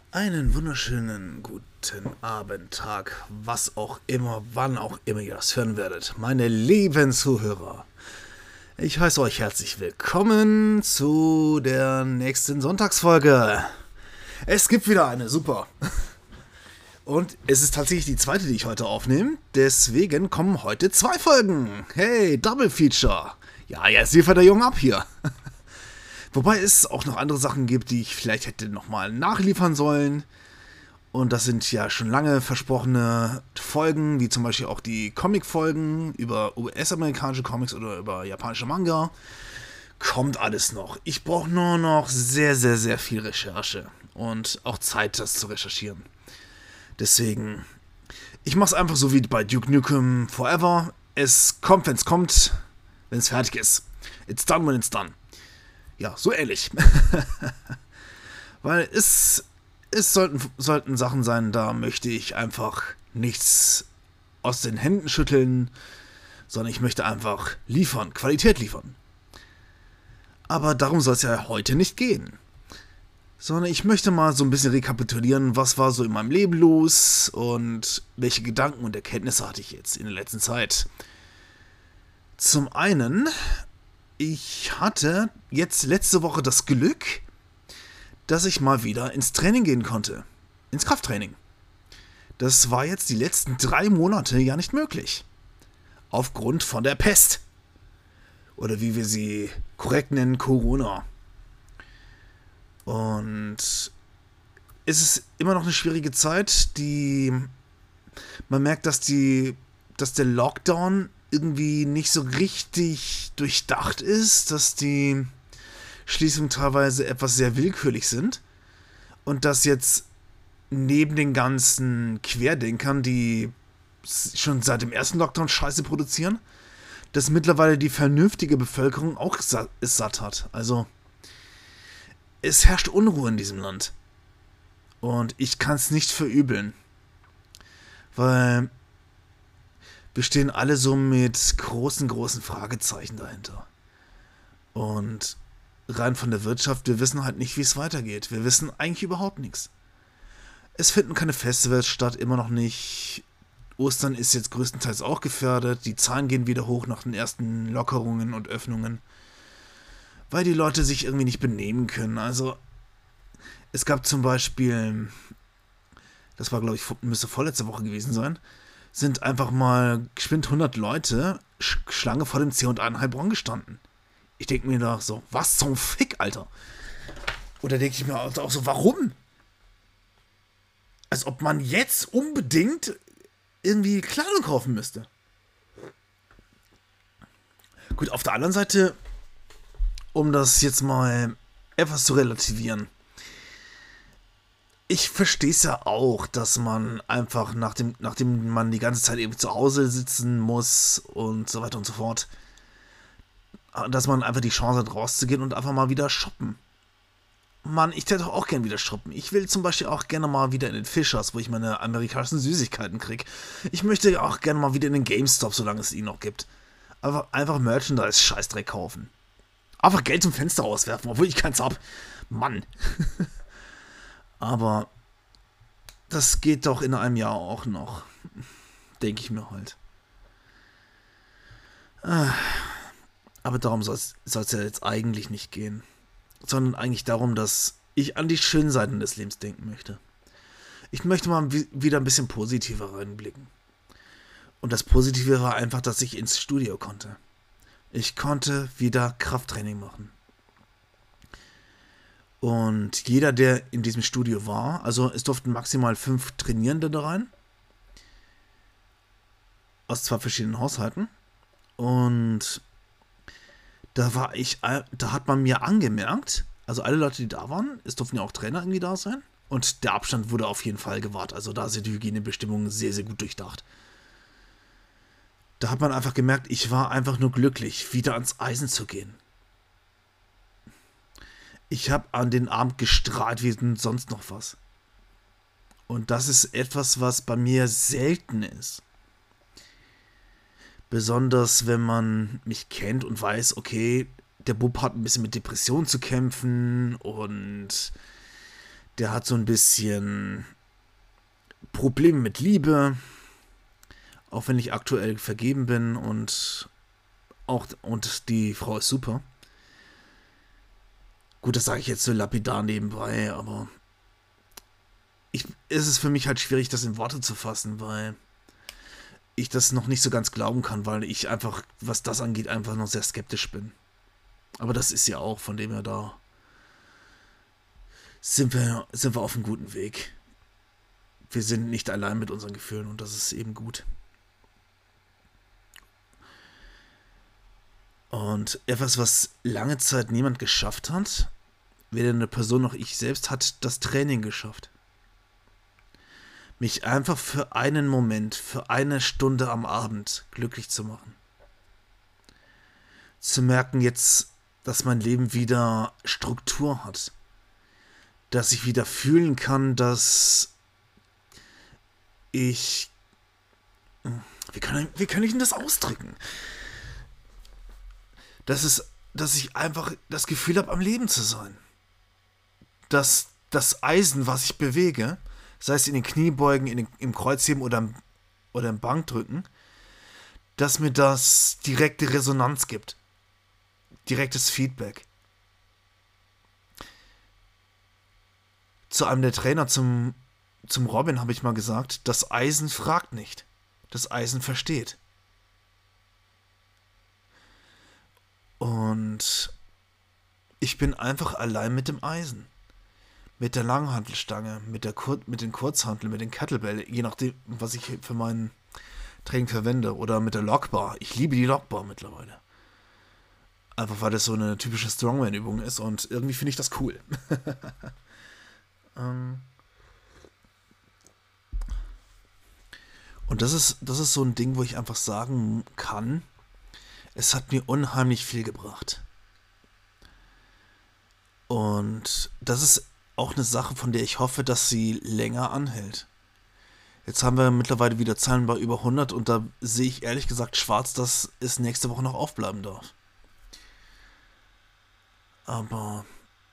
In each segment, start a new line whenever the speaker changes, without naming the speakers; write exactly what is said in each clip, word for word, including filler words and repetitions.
Einen wunderschönen guten Abend, Tag, was auch immer, wann auch immer ihr das hören werdet. Meine lieben Zuhörer, ich heiße euch herzlich willkommen zu der nächsten Sonntagsfolge. Es gibt wieder eine, super. Und es ist tatsächlich die zweite, die ich heute aufnehme. Deswegen kommen heute zwei Folgen. Hey, Double Feature. Ja, jetzt liefert der Junge ab hier. Wobei es auch noch andere Sachen gibt, die ich vielleicht hätte nochmal nachliefern sollen. Und das sind ja schon lange versprochene Folgen, wie zum Beispiel auch die Comic-Folgen über U S-amerikanische Comics oder über japanische Manga. Kommt alles noch. Ich brauche nur noch sehr, sehr, sehr viel Recherche und auch Zeit, das zu recherchieren. Deswegen, ich mache es einfach so wie bei Duke Nukem Forever. Es kommt, wenn es kommt, wenn es fertig ist. It's done when it's done. Ja, so ähnlich. Weil es, es sollten, sollten Sachen sein, da möchte ich einfach nichts aus den Händen schütteln, sondern ich möchte einfach liefern, Qualität liefern. Aber darum soll es ja heute nicht gehen. Sondern ich möchte mal so ein bisschen rekapitulieren, was war so in meinem Leben los und welche Gedanken und Erkenntnisse hatte ich jetzt in der letzten Zeit. Zum einen, ich hatte jetzt letzte Woche das Glück, dass ich mal wieder ins Training gehen konnte. Ins Krafttraining. Das war jetzt die letzten drei Monate ja nicht möglich. Aufgrund von der Pest. Oder wie wir sie korrekt nennen, Corona. Und es ist immer noch eine schwierige Zeit, die man merkt, dass die, dass der Lockdown irgendwie nicht so richtig durchdacht ist, dass die Schließungen teilweise etwas sehr willkürlich sind und dass jetzt neben den ganzen Querdenkern, die schon seit dem ersten Lockdown Scheiße produzieren, dass mittlerweile die vernünftige Bevölkerung auch es satt hat. Also es herrscht Unruhe in diesem Land. Und ich kann es nicht verübeln. Weil wir stehen alle so mit großen, großen Fragezeichen dahinter. Und rein von der Wirtschaft, wir wissen halt nicht, wie es weitergeht. Wir wissen eigentlich überhaupt nichts. Es finden keine Festivals statt, immer noch nicht. Ostern ist jetzt größtenteils auch gefährdet. Die Zahlen gehen wieder hoch nach den ersten Lockerungen und Öffnungen. Weil die Leute sich irgendwie nicht benehmen können. Also, es gab zum Beispiel, das war glaube ich, müsste vorletzte Woche gewesen sein, sind einfach mal geschwind hundert Leute Schlange vor dem C und A in Heilbronn gestanden. Ich denke mir da so, was zum Fick, Alter? Oder denke ich mir auch so, warum? Als ob man jetzt unbedingt irgendwie Kleidung kaufen müsste. Gut, auf der anderen Seite, um das jetzt mal etwas zu relativieren. Ich verstehe es ja auch, dass man einfach, nachdem, nachdem man die ganze Zeit eben zu Hause sitzen muss und so weiter und so fort, dass man einfach die Chance hat, rauszugehen und einfach mal wieder shoppen. Mann, ich hätte auch gerne wieder shoppen. Ich will zum Beispiel auch gerne mal wieder in den Fischers, wo ich meine amerikanischen Süßigkeiten kriege. Ich möchte auch gerne mal wieder in den GameStop, solange es ihn noch gibt. Aber einfach Merchandise-Scheißdreck kaufen. Einfach Geld zum Fenster auswerfen, obwohl ich keins hab. Mann. Aber das geht doch in einem Jahr auch noch. Denke ich mir halt. Aber darum soll es ja jetzt eigentlich nicht gehen. Sondern eigentlich darum, dass ich an die schönen Seiten des Lebens denken möchte. Ich möchte mal wieder ein bisschen positiver reinblicken. Und das Positive war einfach, dass ich ins Studio konnte. Ich konnte wieder Krafttraining machen. Und jeder, der in diesem Studio war, also es durften maximal fünf Trainierende da rein. Aus zwei verschiedenen Haushalten. Und da war ich, da hat man mir angemerkt, also alle Leute, die da waren, es durften ja auch Trainer irgendwie da sein. Und der Abstand wurde auf jeden Fall gewahrt. Also da sind die Hygienebestimmungen sehr, sehr gut durchdacht. Da hat man einfach gemerkt, ich war einfach nur glücklich, wieder ans Eisen zu gehen. Ich habe an den Abend gestrahlt wie sonst noch was. Und das ist etwas, was bei mir selten ist. Besonders wenn man mich kennt und weiß, okay, der Bub hat ein bisschen mit Depressionen zu kämpfen und Der hat so ein bisschen Probleme mit Liebe, auch wenn ich aktuell vergeben bin und auch und die Frau ist super. Gut, das sage ich jetzt so lapidar nebenbei, aber ich, ist es für mich halt schwierig, das in Worte zu fassen, weil ich das noch nicht so ganz glauben kann, weil ich einfach, was das angeht, einfach noch sehr skeptisch bin. Aber das ist ja auch, von dem her da sind wir, sind wir auf einem guten Weg. Wir sind nicht allein mit unseren Gefühlen und das ist eben gut. Und etwas, was lange Zeit niemand geschafft hat, weder eine Person noch ich selbst, hat das Training geschafft. Mich einfach für einen Moment, für eine Stunde am Abend glücklich zu machen. Zu merken jetzt, dass mein Leben wieder Struktur hat. Dass ich wieder fühlen kann, dass ich... Wie kann, wie kann ich denn das ausdrücken? Das ist, dass ich einfach das Gefühl habe, am Leben zu sein. Dass das Eisen, was ich bewege, sei es in den Kniebeugen, in den, im Kreuzheben oder im, oder im Bankdrücken, dass mir das direkte Resonanz gibt. Direktes Feedback. Zu einem der Trainer, zum, zum Robin, habe ich mal gesagt, das Eisen fragt nicht. Das Eisen versteht. Und ich bin einfach allein mit dem Eisen. Mit der Langhantelstange, mit, der Kur- mit den Kurzhanteln, mit den Kettlebell, je nachdem, was ich für mein Training verwende. Oder mit der Lockbar. Ich liebe die Lockbar mittlerweile. Einfach weil das so eine typische Strongman-Übung ist und irgendwie finde ich das cool. ähm und das ist, das ist so ein Ding, wo ich einfach sagen kann, es hat mir unheimlich viel gebracht. Und das ist auch eine Sache, von der ich hoffe, dass sie länger anhält. Jetzt haben wir mittlerweile wieder Zahlen bei über hundert und da sehe ich ehrlich gesagt schwarz, dass es nächste Woche noch aufbleiben darf. Aber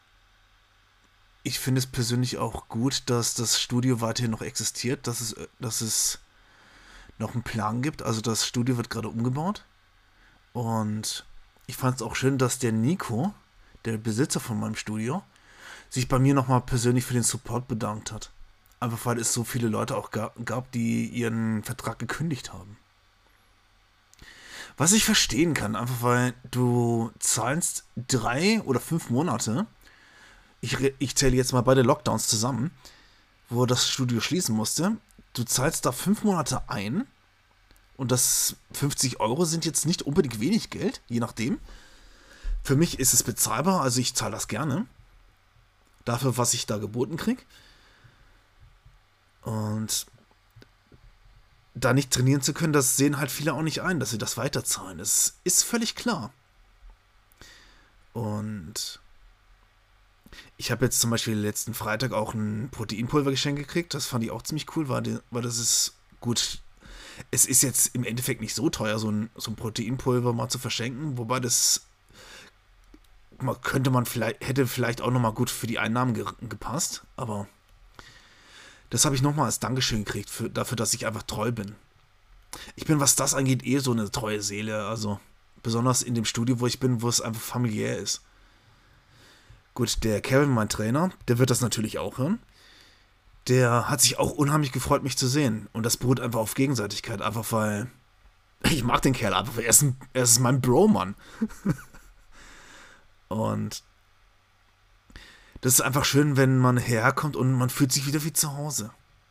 ich finde es persönlich auch gut, dass das Studio weiterhin noch existiert, dass es, dass es noch einen Plan gibt. Also das Studio wird gerade umgebaut. Und ich fand es auch schön, dass der Nico, der Besitzer von meinem Studio, sich bei mir nochmal persönlich für den Support bedankt hat. Einfach weil es so viele Leute auch gab, die ihren Vertrag gekündigt haben. Was ich verstehen kann, einfach weil du zahlst drei oder fünf Monate, ich, ich zähle jetzt mal beide Lockdowns zusammen, wo das Studio schließen musste, du zahlst da fünf Monate ein und das fünfzig Euro sind jetzt nicht unbedingt wenig Geld, je nachdem. Für mich ist es bezahlbar, also ich zahle das gerne. Dafür, was ich da geboten kriege. Und da nicht trainieren zu können, das sehen halt viele auch nicht ein, dass sie das weiterzahlen. Das ist völlig klar. Und ich habe jetzt zum Beispiel letzten Freitag auch ein Proteinpulver geschenkt gekriegt. Das fand ich auch ziemlich cool, weil, weil das ist gut. Es ist jetzt im Endeffekt nicht so teuer, so ein, so ein Proteinpulver mal zu verschenken, wobei das könnte man vielleicht, hätte vielleicht auch nochmal gut für die Einnahmen ge gepasst, aber das habe ich nochmal als Dankeschön gekriegt, für, dafür, dass ich einfach treu bin. Ich bin, was das angeht, eh so eine treue Seele, also besonders in dem Studio, wo ich bin, wo es einfach familiär ist. Gut, der Kevin, mein Trainer, der wird das natürlich auch hören. Der hat sich auch unheimlich gefreut, mich zu sehen. Und das beruht einfach auf Gegenseitigkeit, einfach weil ich mag den Kerl einfach, er ist, ein, er ist mein Bro, Mann. Und das ist einfach schön, wenn man herkommt und man fühlt sich wieder wie zu Hause.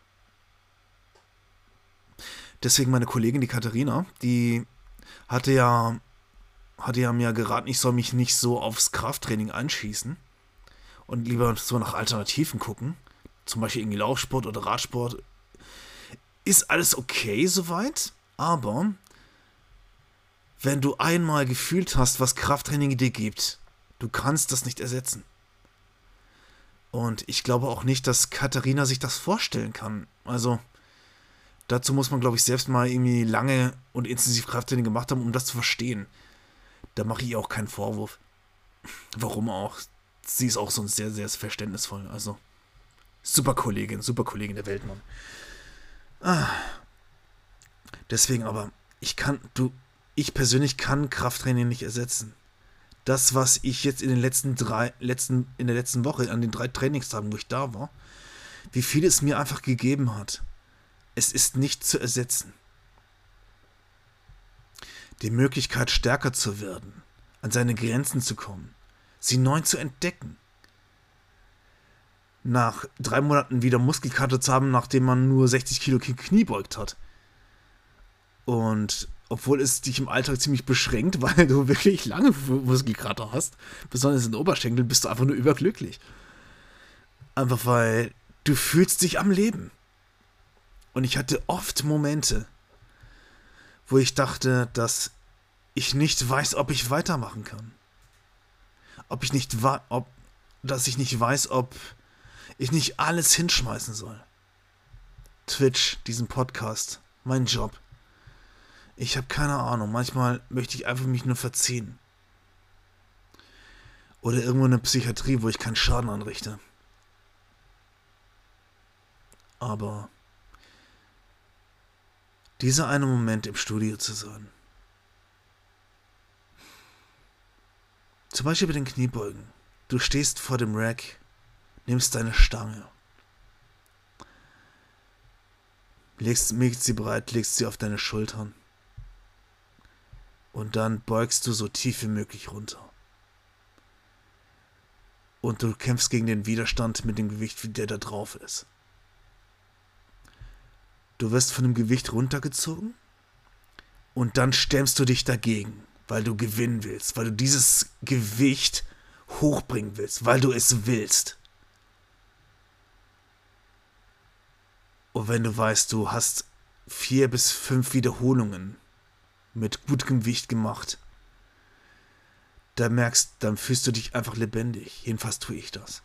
Deswegen meine Kollegin, die Katharina, die hatte ja, hatte ja mir geraten, ich soll mich nicht so aufs Krafttraining einschießen und lieber so nach Alternativen gucken. Zum Beispiel irgendwie Laufsport oder Radsport. Ist alles okay soweit, aber wenn du einmal gefühlt hast, was Krafttraining dir gibt, du kannst das nicht ersetzen. Und ich glaube auch nicht, dass Katharina sich das vorstellen kann. Also, dazu muss man, glaube ich, selbst mal irgendwie lange und intensiv Krafttraining gemacht haben, um das zu verstehen. Da mache ich ihr auch keinen Vorwurf. Warum auch? Sie ist auch so sehr, sehr verständnisvoll. Also, Super Kollegin, super Kollegin, der Weltmann. Ah. Deswegen aber, ich kann, du, ich persönlich kann Krafttraining nicht ersetzen. Das, was ich jetzt in den letzten drei, letzten, in der letzten Woche, an den drei Trainingstagen, wo ich da war, wie viel es mir einfach gegeben hat. Es ist nicht zu ersetzen. Die Möglichkeit, stärker zu werden, an seine Grenzen zu kommen, sie neu zu entdecken. Nach drei Monaten wieder Muskelkater zu haben, nachdem man nur sechzig Kilo Knie beugt hat. Und obwohl es dich im Alltag ziemlich beschränkt, weil du wirklich lange Muskelkater hast, besonders in den Oberschenkeln, bist du einfach nur überglücklich. Einfach weil du fühlst dich am Leben. Und ich hatte oft Momente, wo ich dachte, dass ich nicht weiß, ob ich weitermachen kann. Ob ich nicht wa- ob, dass ich nicht weiß, ob ich nicht alles hinschmeißen soll. Twitch, diesen Podcast, mein Job. Ich habe keine Ahnung. Manchmal möchte ich einfach mich nur verziehen. Oder irgendwo in eine Psychiatrie, wo ich keinen Schaden anrichte. Aber dieser eine Moment im Studio zu sein. Zum Beispiel bei den Kniebeugen. Du stehst vor dem Rack, nimmst deine Stange, legst, legst sie bereit, legst sie auf deine Schultern und dann beugst du so tief wie möglich runter. Und du kämpfst gegen den Widerstand mit dem Gewicht, der da drauf ist. Du wirst von dem Gewicht runtergezogen und dann stemmst du dich dagegen, weil du gewinnen willst, weil du dieses Gewicht hochbringen willst, weil du es willst. Und wenn du weißt, du hast vier bis fünf Wiederholungen mit gutem Gewicht gemacht, da merkst, dann fühlst du dich einfach lebendig. Jedenfalls tue ich das.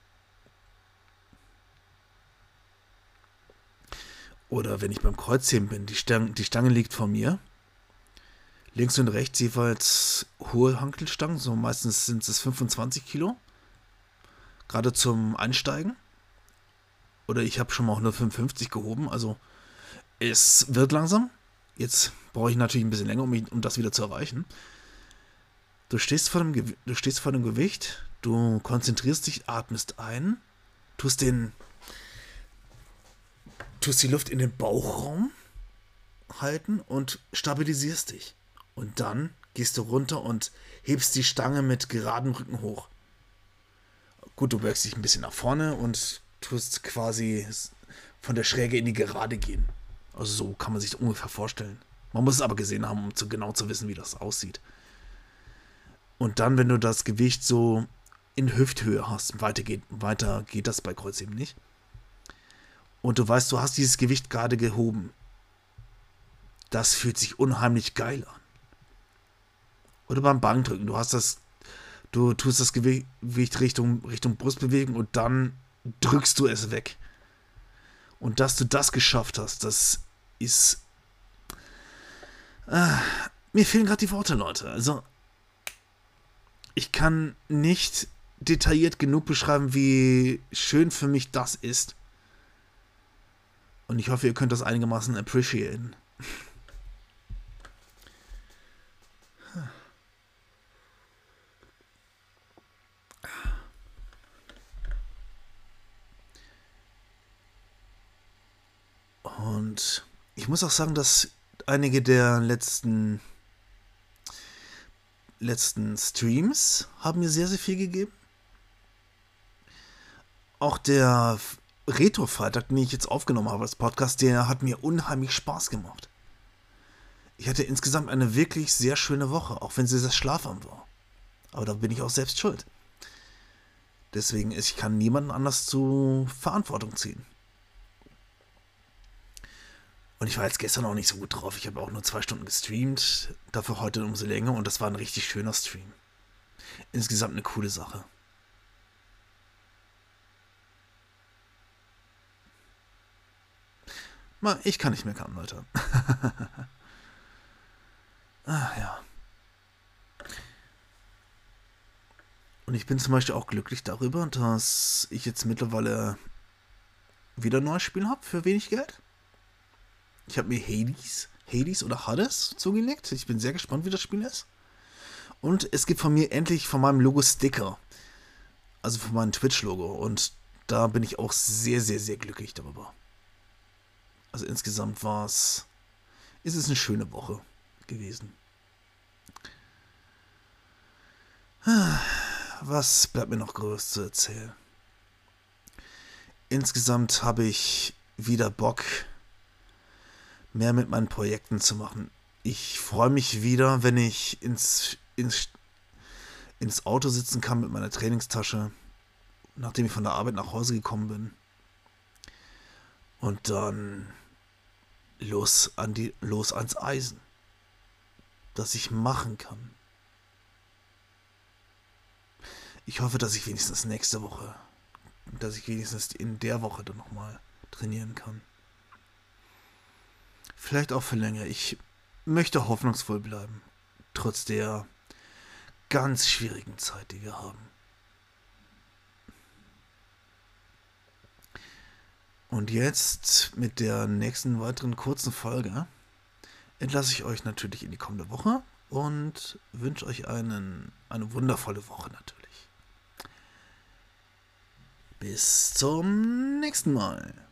Oder wenn ich beim Kreuzheben bin, die Stange, die Stange liegt vor mir. Links und rechts jeweils hohe Hantelstangen, so meistens sind es fünfundzwanzig Kilo. Gerade zum Einsteigen. Oder ich habe schon mal auch nur fünfundfünfzig gehoben, also es wird langsam. Jetzt brauche ich natürlich ein bisschen länger, um, mich, um das wieder zu erreichen. Du stehst, vor dem Gew- du stehst vor dem Gewicht, du konzentrierst dich, atmest ein, tust den tust die Luft in den Bauchraum halten und stabilisierst dich. Und dann gehst du runter und hebst die Stange mit geradem Rücken hoch. Gut, du beugst dich ein bisschen nach vorne und tust quasi von der Schräge in die Gerade gehen. Also so kann man sich das ungefähr vorstellen. Man muss es aber gesehen haben, um zu, genau zu wissen, wie das aussieht. Und dann, wenn du das Gewicht so in Hüfthöhe hast, weiter geht, weiter geht das bei Kreuzheben nicht. Und du weißt, du hast dieses Gewicht gerade gehoben. Das fühlt sich unheimlich geil an. Oder beim Bankdrücken, du hast das, du tust das Gewicht Richtung, Richtung Brust bewegen und dann drückst du es weg. Und dass du das geschafft hast, das ist... Ah, mir fehlen gerade die Worte, Leute. Also, ich kann nicht detailliert genug beschreiben, wie schön für mich das ist. Und ich hoffe, ihr könnt das einigermaßen appreciaten. Und ich muss auch sagen, dass einige der letzten letzten Streams haben mir sehr, sehr viel gegeben. Auch der Retro-Freitag, den ich jetzt aufgenommen habe als Podcast, der hat mir unheimlich Spaß gemacht. Ich hatte insgesamt eine wirklich sehr schöne Woche, auch wenn sie sehr schlafarm war. Aber da bin ich auch selbst schuld. Deswegen, ich kann niemanden anders zur Verantwortung ziehen. Und ich war jetzt gestern auch nicht so gut drauf. Ich habe auch nur zwei Stunden gestreamt, dafür heute umso länger und das war ein richtig schöner Stream. Insgesamt eine coole Sache. Ich kann nicht meckern, Leute. Ah, ja. Und ich bin zum Beispiel auch glücklich darüber, dass ich jetzt mittlerweile wieder ein neues Spiel habe für wenig Geld. Ich habe mir Hades, Hades oder Hades zugelegt. Ich bin sehr gespannt, wie das Spiel ist. Und es gibt von mir endlich von meinem Logo Sticker. Also von meinem Twitch-Logo. Und da bin ich auch sehr, sehr, sehr glücklich darüber. Also insgesamt war es, ist es eine schöne Woche gewesen. Was bleibt mir noch groß zu erzählen? Insgesamt habe ich wieder Bock, mehr mit meinen Projekten zu machen. Ich freue mich wieder, wenn ich ins, ins, ins Auto sitzen kann mit meiner Trainingstasche, nachdem ich von der Arbeit nach Hause gekommen bin. Und dann los, an die, los ans Eisen, das ich machen kann. Ich hoffe, dass ich wenigstens nächste Woche, dass ich wenigstens in der Woche dann nochmal trainieren kann. Vielleicht auch für länger. Ich möchte hoffnungsvoll bleiben, trotz der ganz schwierigen Zeit, die wir haben. Und jetzt mit der nächsten weiteren kurzen Folge entlasse ich euch natürlich in die kommende Woche und wünsche euch einen, eine wundervolle Woche natürlich. Bis zum nächsten Mal.